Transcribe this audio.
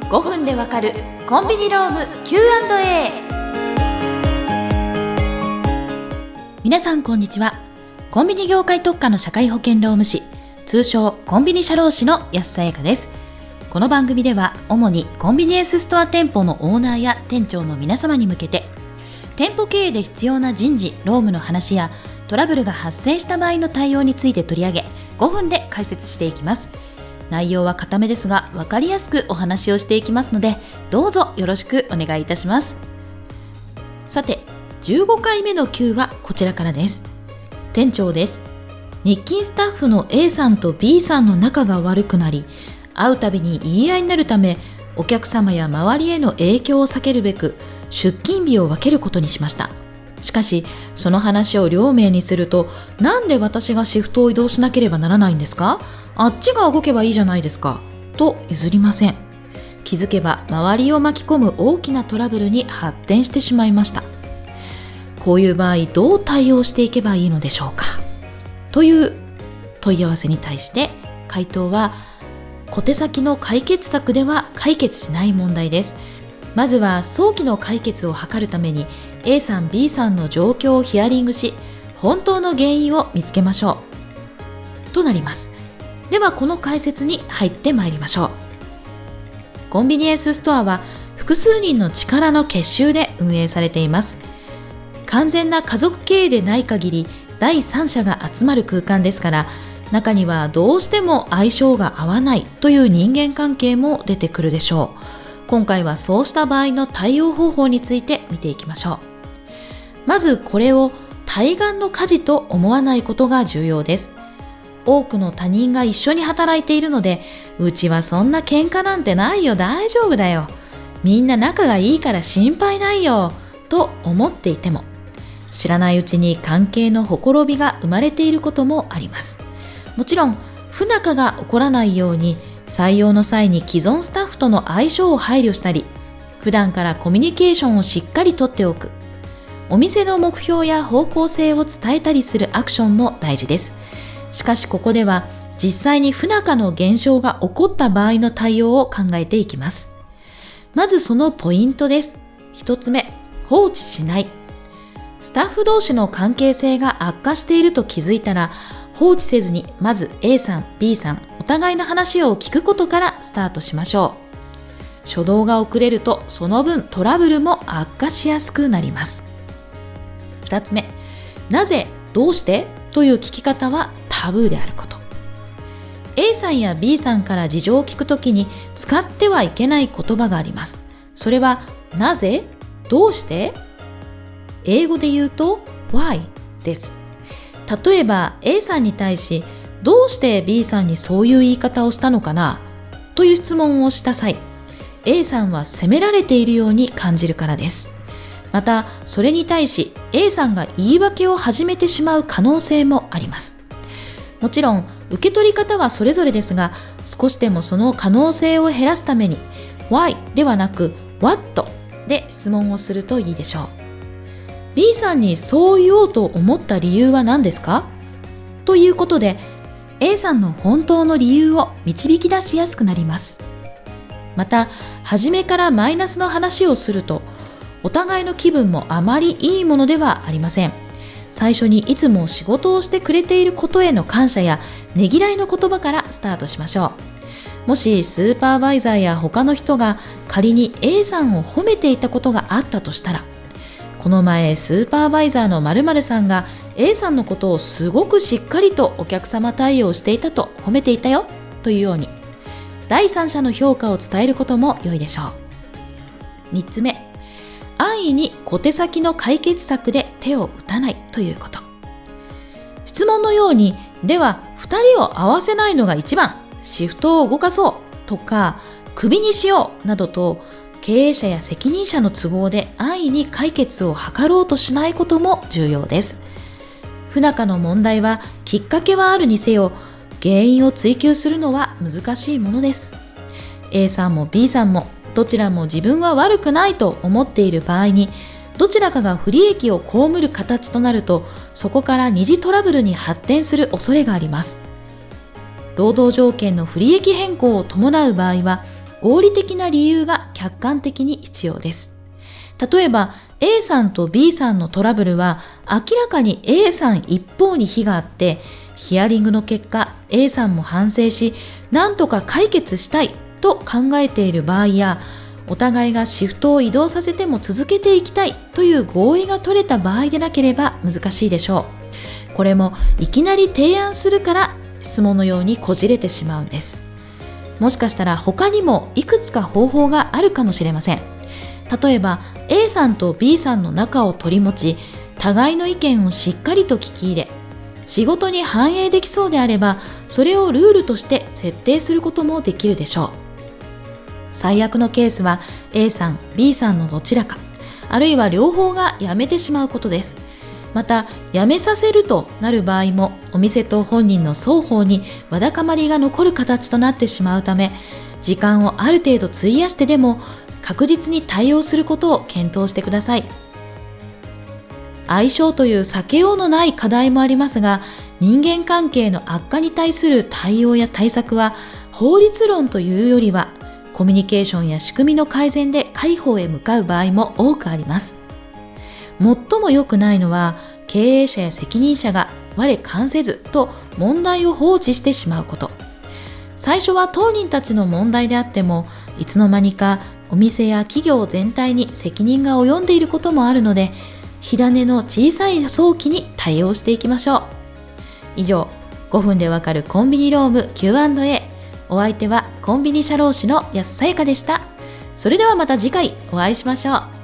5分でわかるコンビニローム Q&A。 皆さんこんにちは。コンビニ業界特化の社会保険労務士、通称コンビニ社労士の安さやかです。この番組では主にコンビニエンスストア店舗のオーナーや店長の皆様に向けて、店舗経営で必要な人事・労務の話やトラブルが発生した場合の対応について取り上げ、5分で解説していきます。内容は固めですが分かりやすくお話をしていきますので、どうぞよろしくお願いいたします。さて、15回目の Q はこちらからです。店長です。日勤スタッフの A さんと B さんの仲が悪くなり、会うたびに言い合いになるため、お客様や周りへの影響を避けるべく出勤日を分けることにしました。しかしその話を両名にすると、なんで私がシフトを移動しなければならないんですか、あっちが動けばいいじゃないですかと譲りません。気づけば周りを巻き込む大きなトラブルに発展してしまいました。こういう場合どう対応していけばいいのでしょうかという問い合わせに対して、回答は小手先の解決策では解決しない問題です。まずは早期の解決を図るために A さん B さんの状況をヒアリングし、本当の原因を見つけましょうとなります。ではこの解説に入ってまいりましょう。コンビニエンスストアは複数人の力の結集で運営されています。完全な家族経営でない限り第三者が集まる空間ですから、中にはどうしても相性が合わないという人間関係も出てくるでしょう。今回はそうした場合の対応方法について見ていきましょう。まずこれを対岸の火事と思わないことが重要です。多くの他人が一緒に働いているので、うちはそんな喧嘩なんてないよ、大丈夫だよ、みんな仲がいいから心配ないよと思っていても、知らないうちに関係のほころびが生まれていることもあります。もちろん不仲が起こらないように採用の際に既存スタッフとの相性を配慮したり、普段からコミュニケーションをしっかりとっておく、お店の目標や方向性を伝えたりするアクションも大事です。しかしここでは実際に不仲の現象が起こった場合の対応を考えていきます。まずそのポイントです。一つ目、放置しない。スタッフ同士の関係性が悪化していると気づいたら、放置せずにまず A さん B さんお互いの話を聞くことからスタートしましょう。初動が遅れるとその分トラブルも悪化しやすくなります。二つ目、なぜどうしてという聞き方はタブーであること。 A さんや B さんから事情を聞くときに使ってはいけない言葉があります。それはなぜ、どうして、英語で言うと Why です。例えば A さんに対し、どうして B さんにそういう言い方をしたのかなという質問をした際、 A さんは責められているように感じるからです。またそれに対し A さんが言い訳を始めてしまう可能性もあります。もちろん受け取り方はそれぞれですが、少しでもその可能性を減らすために Why ではなく What で質問をするといいでしょう。B さんにそう言おうと思った理由は何ですかということで A さんの本当の理由を導き出しやすくなります。また初めからマイナスの話をすると、お互いの気分もあまりいいものではありません。最初にいつも仕事をしてくれていることへの感謝やねぎらいの言葉からスタートしましょう。もしスーパーバイザーや他の人が仮に A さんを褒めていたことがあったとしたら、この前スーパーバイザーの〇〇さんが A さんのことをすごくしっかりとお客様対応していたと褒めていたよというように、第三者の評価を伝えることも良いでしょう。三つ目、安易に小手先の解決策で手を打たないということ。質問のように、では2人を合わせないのが一番、シフトを動かそうとか、クビにしようなどと経営者や責任者の都合で安易に解決を図ろうとしないことも重要です。不仲の問題はきっかけはあるにせよ、原因を追求するのは難しいものです。A さんも B さんもどちらも自分は悪くないと思っている場合に、どちらかが不利益を被る形となると、そこから二次トラブルに発展する恐れがあります。労働条件の不利益変更を伴う場合は、 合理的な理由が客観的に必要です。例えば A さんと B さんのトラブルは明らかに A さん一方に非があって、ヒアリングの結果 A さんも反省し、何とか解決したいと考えている場合や、お互いがシフトを移動させても続けていきたいという合意が取れた場合でなければ難しいでしょう。これもいきなり提案するから質問のようにこじれてしまうんです。もしかしたら他にもいくつか方法があるかもしれません。例えば A さんと B さんの仲を取り持ち、互いの意見をしっかりと聞き入れ、仕事に反映できそうであれば、それをルールとして設定することもできるでしょう。最悪のケースは A さん、B さんのどちらか、あるいは両方が辞めてしまうことです。また、辞めさせるとなる場合も、お店と本人の双方にわだかまりが残る形となってしまうため、時間をある程度費やしてでも確実に対応することを検討してください。相性という避けようのない課題もありますが、人間関係の悪化に対する対応や対策は法律論というよりはコミュニケーションや仕組みの改善で解放へ向かう場合も多くあります。最も良くないのは、経営者や責任者が我関せずと問題を放置してしまうこと。最初は当人たちの問題であっても、いつの間にかお店や企業全体に責任が及んでいることもあるので、火種の小さい早期に対応していきましょう。以上、5分でわかるコンビニローム Q&A。お相手はコンビニ社労士の安さやかでした。それではまた次回お会いしましょう。